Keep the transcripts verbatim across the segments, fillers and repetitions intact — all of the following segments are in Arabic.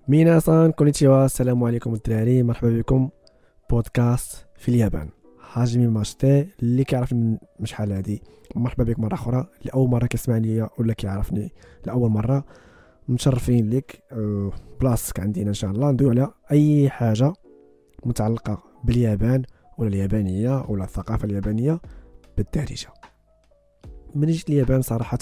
ميناسان كونيتشيوا، السلام عليكم الدراري، مرحبا بكم بودكاست في اليابان. حاجمي ماشتي اللي كيعرف من شحال هادي، مرحبا بك مره اخرى. لاول مره كيسمع ليا ولا كيعرفني لاول مره، متشرفين لك. بلاصتك عندنا ان شاء الله ندوي على اي حاجه متعلقه باليابان ولا اليابانيه ولا الثقافه اليابانيه بالدارجه. من جيت اليابان صراحه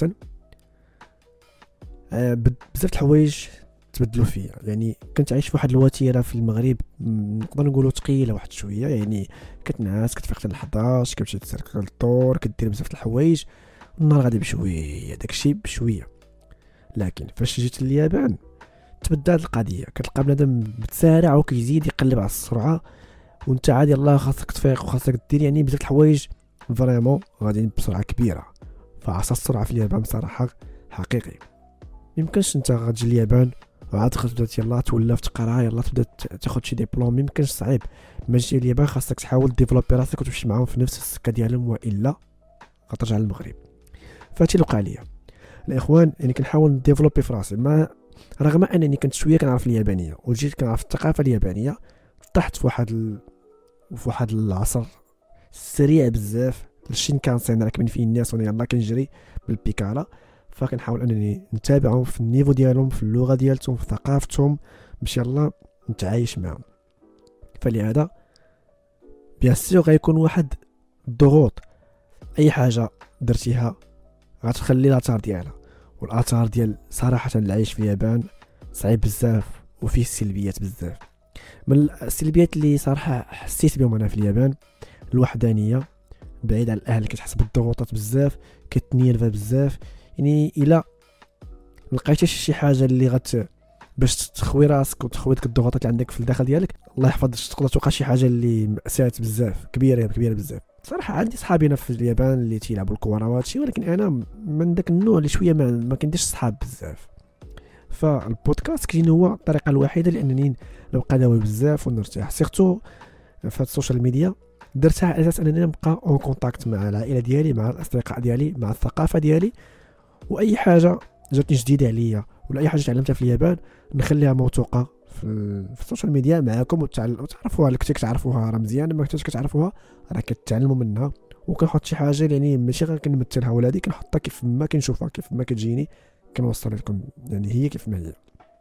بزاف الحوايج تبدلوا فيا. يعني كنت عايش في واحد الوتيره في المغرب، نقدر نقولوا ثقيله واحد شويه. يعني كتنعس كتفيق حتى ل حداش، كتمشي تسرق الطور، كدير بزاف الحوايج، النهار غادي بشويه، داكشي بشويه. لكن فاش جيت لليابان تبدلت القضيه. كتلقى بنادم متسارع وكيزيد يقلب على السرعه، وانت عادي يلاه خاصك تفيق وخاصك دير يعني بزاف الحوايج فريمون غاديين بسرعه كبيره. فعصا السرعه في اليابان بصراحه حقيقي. ميمكنش انت غتجي اليابان وعاد تبدا يلاه تولف تقرا، يلاه تبدا تاخذ شي ديبلوم، ميمكنش صعيب. ما جيتي اليابان خاصك تحاول ديفلوبي راسك وتمشي معاهم في نفس السكه ديالهم، والا غترجع للمغرب. فهادشي اللي وقع ليا الاخوان. يعني كنحاول نديفلوبي في راسي، ما رغم انني كنت شويه كنعرف اليابانيه وجيت كنعرف الثقافه اليابانيه، طحت في واحد ال... في واحد العصر سريع بزاف. الشينكانسين راكبين فيه الناس وانا يلاه كنجري بالبيكالا. فكنحاول انني نتابعهم في النيفو ديالهم، في اللغه ديالتهم، في ثقافتهم، باش يلا نتعايش معهم. فلهذا بيان سور غيكون واحد الضغوط. اي حاجه درتيها غتخلي الاثار ديالها، والاثار ديال صراحه العيش في اليابان صعيب بزاف وفيه السلبيات بزاف. من السلبيات اللي صراحه حسيت بهم انا في اليابان الوحدانيه، بعيد عن الاهل، كتحس بالضغوطات بزاف، كتنيرفا بزاف. يعني الا لقيتي شي حاجه اللي غت باش تخوي راسك وتخوي ديك الضغوطات اللي عندك في الداخل ديالك، الله يحفظك تقدر توقع شي حاجه اللي مأساة بزاف كبيره كبيره بزاف. صراحه عندي صحابي هنا في اليابان اللي تيلعبوا الكره وهادشي، ولكن انا من داك النوع اللي شويه ما, ما كنديرش صحاب بزاف. فالبودكاست كاين هو الطريقه الوحيده لانني نبقى داوي بزاف ونرتاح، سيرتو في السوشيال ميديا. درتها على اساس انني نبقى اون كونتاكت مع العائله ديالي، مع الاصدقاء ديالي، مع الثقافه ديالي. واي حاجه جاتني جديده عليا ولا اي حاجه تعلمتها في اليابان نخليها موثوقه في, في السوشيال ميديا معاكم، وتعرفوها. اللي كنتي كتعرفوها راه مزيان، ما كنتيش كتعرفوها راه كتعلموا منها. وكنحط شي حاجه يعني ماشي غير كنمثلها، ولا هذه كنحطها كيف ما كنشوفها، كيف ما كتجيني كنوصل لكم، يعني هي كيف ما هي.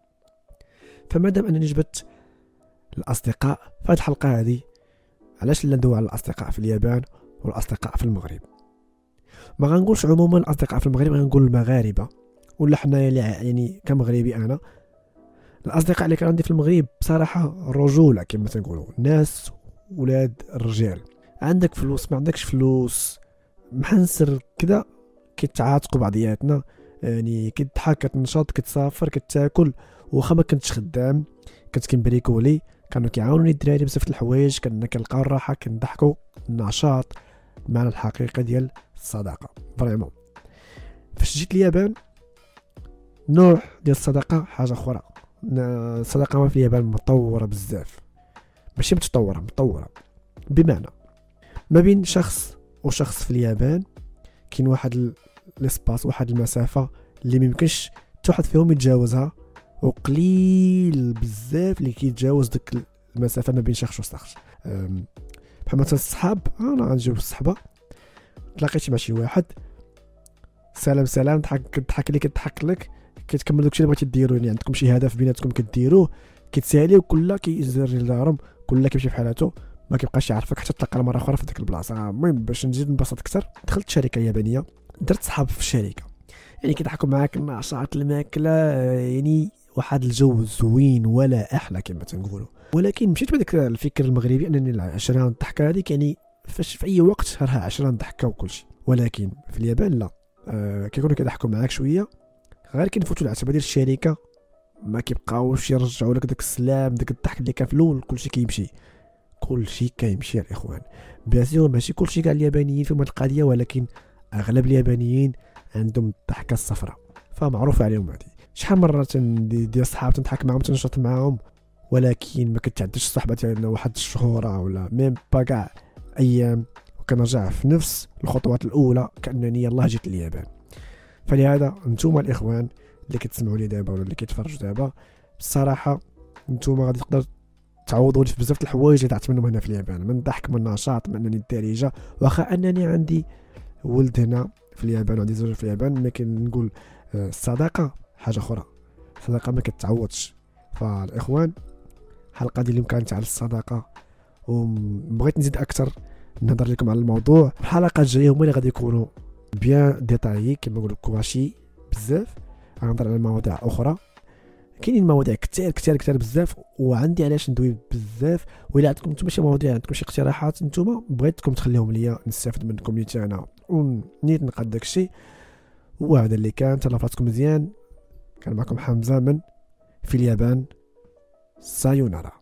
فمادام انني جبت الاصدقاء في هذه الحلقه هذه، علاش لا ندوي على الاصدقاء في اليابان والاصدقاء في المغرب؟ ما غنقولش عموما الاصدقاء في المغرب، غنقول المغاربه ولا حنايا يعني كمغربي. انا الاصدقاء اللي كان عندي في المغرب بصراحه رجوله كما تنقولوا، ناس ولاد الرجال. عندك فلوس ما عندكش فلوس، محنسر كذا، كيتعاتقوا بعضياتنا. يعني كتضحك، كتنشط، كتسافر، كتاكل. واخا ما كنتش خدام كنت كنبريكولي، كانوا كيعاونوني الدراري بزاف الحوايج، كنا كنلقاو الراحه، كنضحكوا، النشاط، معنى الحقيقه ديال الصداقه فريمون. فاش جيت اليابان نوع ديال الصداقه حاجه اخرى. الصداقه في اليابان مطوره بزاف، ماشي متطوره، مطوره. بمعنى ما بين شخص وشخص في اليابان كاين واحد الاسباس، واحد المسافه اللي ميمكنش حتى واحد فيهم يتجاوزها، وقليل بزاف اللي كيتجاوز ديك المسافه ما بين شخص وشخص. بحال مثلا الصحاب، انا غنجيب الصحبه، تلاقيتي مع شي واحد، سلام سلام، ضحك كضحك لك كضحك لك، كتكمل داكشي اللي بغيتي ديروا. يعني عندكم شي هدف بيناتكم كديروه، كتسالي، وكل كيزر لدارهم، كل كيمشي في حالته، ما كيبقاش يعرفك حتى تلقى مره اخرى في ديك البلاصه. المهم باش نزيد نبسط اكثر، دخلت شركه يابانيه، درت صحاب في الشركه. يعني كيضحكوا معاك، النشاط، الماكله، يعني واحد الجو زوين ولا احلى كما تنقولوا. ولكن مشيت بداك الفكر المغربي انني العشره الضحكه هذيك، يعني فاش في اي وقت راها عشره ضحكه وكل شيء. ولكن في اليابان لا، آه كيكونوا كيضحكوا معاك شويه، غير كنفوتوا العتبه ديال الشركه ما كيبقاوش يرجعوا لك داك السلام، داك الضحك اللي كان في الاول. كلشي كيمشي، كلشي كيمشي يا الاخوان. بيان سور ماشي كلشي كاع اليابانيين فيهم القضيه، ولكن اغلب اليابانيين عندهم الضحكه الصفراء، فمعروف عليهم هذه. شحال مره ديال الصحاب تنضحك معاهم، تنشط معاهم، ولكن ما كتعدش الصحبه ديالنا واحد الشهور ولا ميم با كاع ايام، وكنرجع في نفس الخطوات الاولى كانني يلاه جيت اليابان. فلهذا نتوما الاخوان اللي كتسمعوا لي دابا ولا اللي كيتفرجوا دابا، بصراحه نتوما غادي تقدر تعوضوا لي في بزاف د الحوايج اللي ضعت منهم هنا في اليابان، من ضحك من نشاط من انني الدارجه. واخا انني عندي ولد هنا في اليابان وعندي زوج في اليابان، لكن نقول الصداقه حاجه اخرى، الصداقه ما كتعوضش. فالاخوان حلقه ديال اليوم كانت على الصداقه، وبغيت نزيد اكثر نهضر لكم على الموضوع. الحلقه الجايه هما اللي غادي يكونوا بيان ديتايي كما نقولوا كواشي بزاف، غنهضر على مواضيع اخرى. كاينين مواضيع كثير كثير كثير بزاف وعندي علاش ندوي بزاف. وإلا عندكم نتوما شي مواضيع، عندكم شي اقتراحات نتوما بغيتكم تخليهم ليا نستافد منكم نيت انا ونيت نقاد داكشي. وهذا اللي كان. تلافاتكم مزيان. كان معكم حمزه من في اليابان. سايونارا.